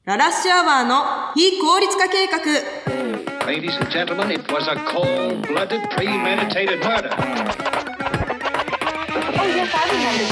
ララッシュアワーの非効率化計画。 Ladies and gentlemen, it was a cold-blooded, premeditated murder. Oh, yes, I remember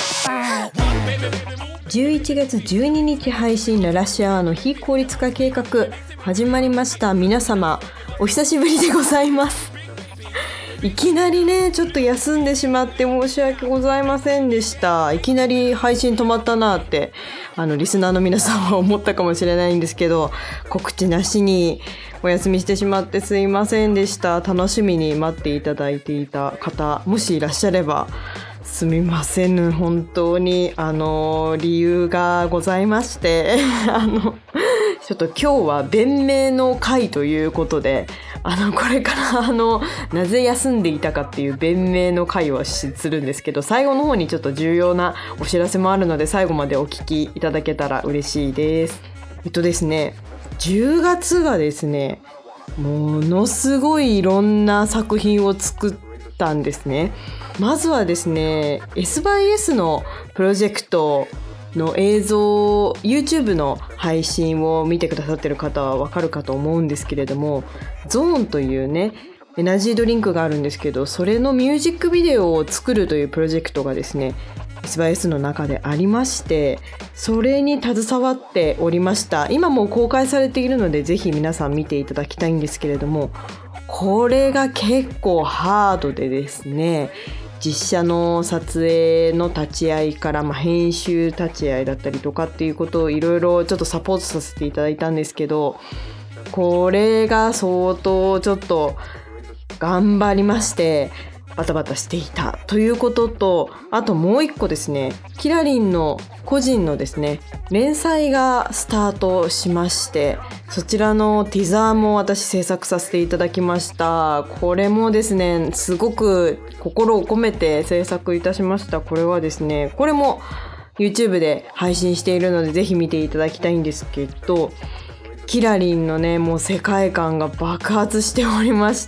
that. 11月12日配信ララッシュアワーの非効率化計画始まりました。皆様お久しぶりでございます。いきなりねちょっと休んでしまって申し訳ございませんでした。いきなり配信止まったなってリスナーの皆さんは思ったかもしれないんですけど、告知なしにお休みしてしまってすいませんでした。楽しみに待っていただいていた方もしいらっしゃればすみません。本当に理由がございましてちょっと今日は弁明の回ということでこれからなぜ休んでいたかっていう弁明の回をするんですけど、最後の方にちょっと重要なお知らせもあるので最後までお聞きいただけたら嬉しいです。ですね、10月がですねものすごいいろんな作品を作ったんですね。まずはですね S/S のプロジェクトの映像 YouTube の配信を見てくださってる方はわかるかと思うんですけれども、ゾーンというねエナジードリンクがあるんですけど、それのミュージックビデオを作るというプロジェクトがですね S/S の中でありまして、それに携わっておりました。今もう公開されているのでぜひ皆さん見ていただきたいんですけれども、これが結構ハードでですね、実写の撮影の立ち会いから、編集立ち会いだったりとかっていうことをいろいろちょっとサポートさせていただいたんですけど、これが相当ちょっと頑張りましてバタバタしていたということと、あともう一個ですね、キラリンの個人のですね連載がスタートしまして、そちらのティザーも私制作させていただきました。これもですねすごく心を込めて制作いたしました。これはですね、これも YouTube で配信しているのでぜひ見ていただきたいんですけど、キラリンのねもう世界観が爆発しておりまして、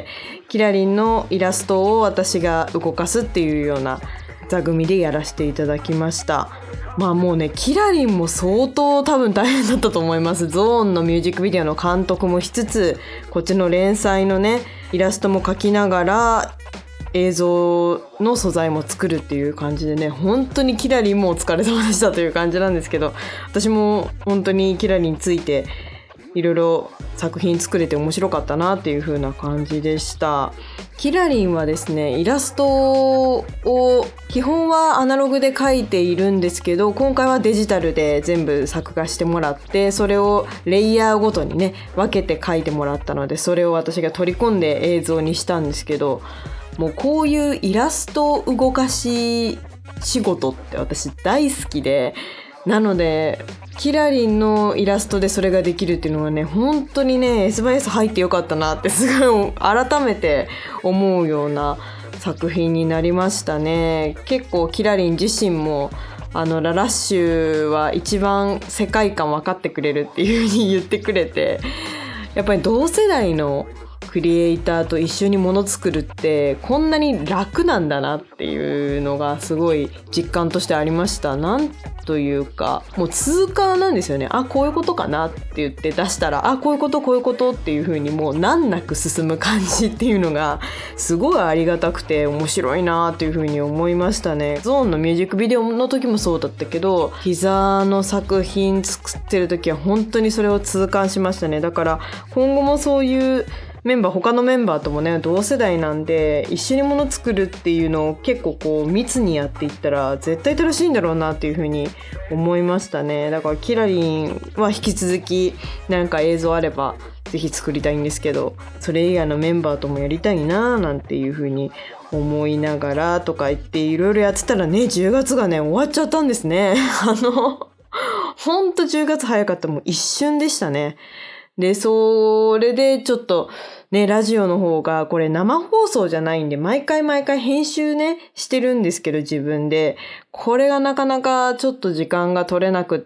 キラリンのイラストを私が動かすっていうような座組でやらせていただきました。もうねキラリンも相当多分大変だったと思います。ゾーンのミュージックビデオの監督もしつつ、こっちの連載のねイラストも描きながら映像の素材も作るっていう感じでね、本当にキラリンもお疲れ様でしたという感じなんですけど、私も本当にキラリンについていろいろ作品作れて面白かったなっていう風な感じでした。キラリンはですねイラストを基本はアナログで描いているんですけど、今回はデジタルで全部作画してもらって、それをレイヤーごとにね分けて描いてもらったので、それを私が取り込んで映像にしたんですけど、もうこういうイラスト動かし仕事って私大好きで、なのでキラリンのイラストでそれができるっていうのはね本当にね S/S 入ってよかったなってすごい改めて思うような作品になりましたね。結構キラリン自身もララッシュは一番世界観分かってくれるっていう風に言ってくれて、やっぱり同世代のクリエイターと一緒にもの作るってこんなに楽なんだなっていうのがすごい実感としてありました。なんというかもう通過なんですよね。こういうことかなって言って出したらこういうことっていう風にもう難なく進む感じっていうのがすごいありがたくて面白いなっていう風に思いましたね。ゾーンのミュージックビデオの時もそうだったけど、ティザーの作品作ってる時は本当にそれを痛感しましたね。だから今後もそういう他のメンバーともね同世代なんで一緒にもの作るっていうのを結構こう密にやっていったら絶対楽しいんだろうなっていう風に思いましたね。だからキラリンは引き続きなんか映像あればぜひ作りたいんですけど、それ以外のメンバーともやりたいななんていう風に思いながらとか言っていろいろやってたらね10月がね終わっちゃったんですね。ほんと10月早かった。もう一瞬でしたね。で、それでちょっとね、ラジオの方がこれ生放送じゃないんで、毎回編集ね、してるんですけど自分で。これがなかなかちょっと時間が取れなくって、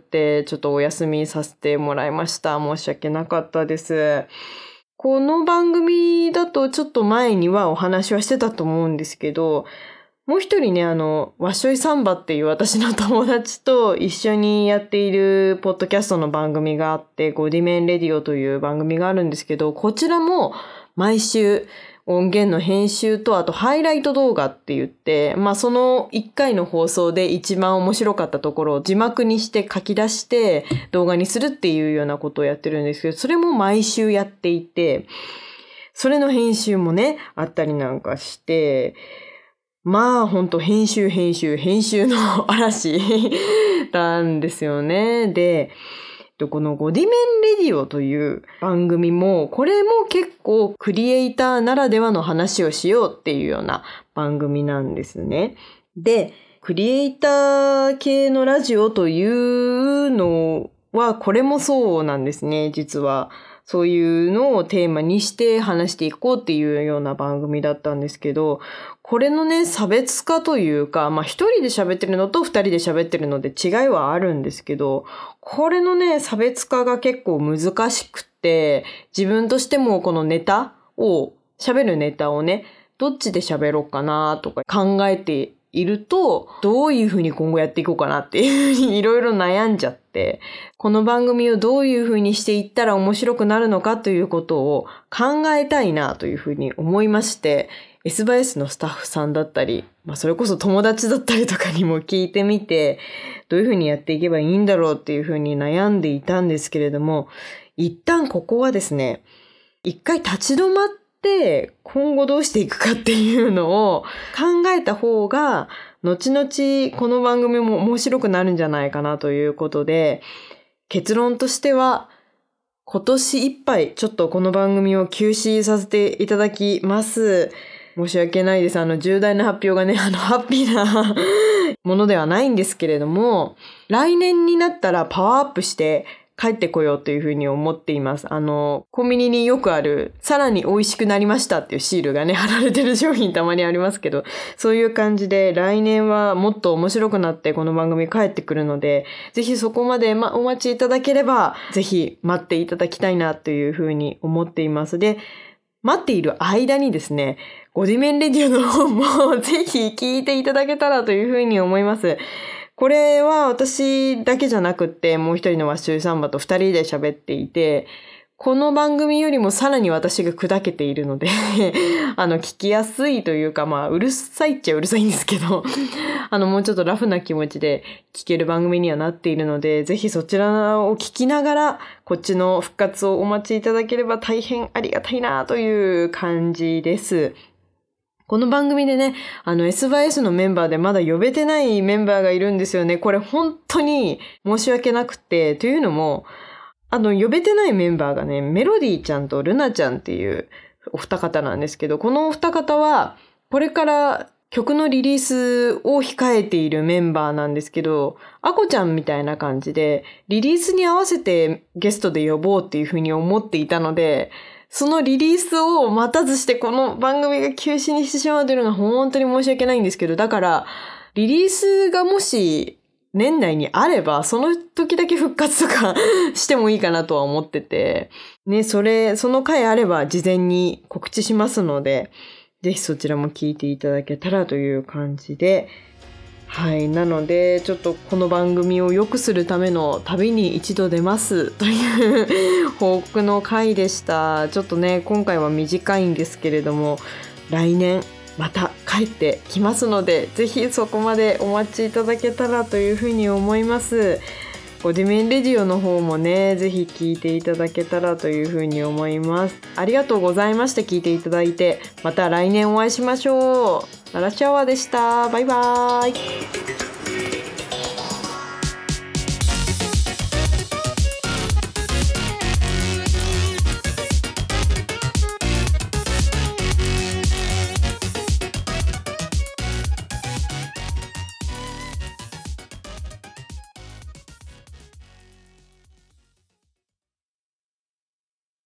ちょっとお休みさせてもらいました。申し訳なかったです。この番組だとちょっと前にはお話はしてたと思うんですけど、 もう一人ね、わっしょいサンバっていう私の友達と一緒にやっているポッドキャストの番組があって、ゴディメンレディオという番組があるんですけど、こちらも毎週音源の編集とあとハイライト動画って言って、その1回の放送で一番面白かったところを字幕にして書き出して動画にするっていうようなことをやってるんですけど、それも毎週やっていて、それの編集もね、あったりなんかして、ほんと編集の嵐なんですよね。で、このゴディメンレディオという番組も、これも結構クリエイターならではの話をしようっていうような番組なんですね。で、クリエイター系のラジオというのは、これもそうなんですね、実は。そういうのをテーマにして話していこうっていうような番組だったんですけど、これのね、差別化というか、一人で喋ってるのと二人で喋ってるので違いはあるんですけど、これのね、差別化が結構難しくて、自分としてもこの喋るネタをね、どっちで喋ろうかなとか考えていると、どういうふうに今後やっていこうかなっていうふうにいろいろ悩んじゃって、この番組をどういうふうにしていったら面白くなるのかということを考えたいなというふうに思いまして、SBIS のスタッフさんだったり、それこそ友達だったりとかにも聞いてみて、どういうふうにやっていけばいいんだろうっていうふうに悩んでいたんですけれども、一旦ここはですね、一回立ち止まって今後どうしていくかっていうのを考えた方が、後々この番組も面白くなるんじゃないかなということで、結論としては、今年いっぱいちょっとこの番組を休止させていただきます。申し訳ないです。重大な発表がね、ハッピーなものではないんですけれども、来年になったらパワーアップして帰ってこようというふうに思っています。コンビニによくある、さらに美味しくなりましたっていうシールがね、貼られてる商品たまにありますけど、そういう感じで来年はもっと面白くなってこの番組帰ってくるので、ぜひそこまでお待ちいただければ、ぜひ待っていただきたいなというふうに思っています。で、待っている間にですね、ゴディメンレディオの方もぜひ聞いていただけたらというふうに思います。これは私だけじゃなくってもう一人のワッシュイサンバと二人で喋っていて、この番組よりもさらに私が砕けているので聞きやすいというか、うるさいっちゃうるさいんですけどもうちょっとラフな気持ちで聞ける番組にはなっているので、ぜひそちらを聞きながらこっちの復活をお待ちいただければ大変ありがたいなという感じです。この番組でね、SBIS のメンバーでまだ呼べてないメンバーがいるんですよね。これ本当に申し訳なくて、というのも、呼べてないメンバーがね、メロディーちゃんとルナちゃんっていうお二方なんですけど、このお二方は、これから曲のリリースを控えているメンバーなんですけど、アコちゃんみたいな感じで、リリースに合わせてゲストで呼ぼうっていうふうに思っていたので、そのリリースを待たずしてこの番組が休止にしてしまうというのが本当に申し訳ないんですけど、だからリリースがもし年内にあればその時だけ復活とかしてもいいかなとは思ってて、ね、その回あれば事前に告知しますので、ぜひそちらも聞いていただけたらという感じで、はい。なので、ちょっとこの番組を良くするための旅に一度出ますという報告の回でした。ちょっとね、今回は短いんですけれども、来年また帰ってきますので、ぜひそこまでお待ちいただけたらというふうに思います。ゴディメンレディオの方もね、ぜひ聞いていただけたらというふうに思います。ありがとうございました。聞いていただいて。また来年お会いしましょう。ララシャワーでした。バイバーイ。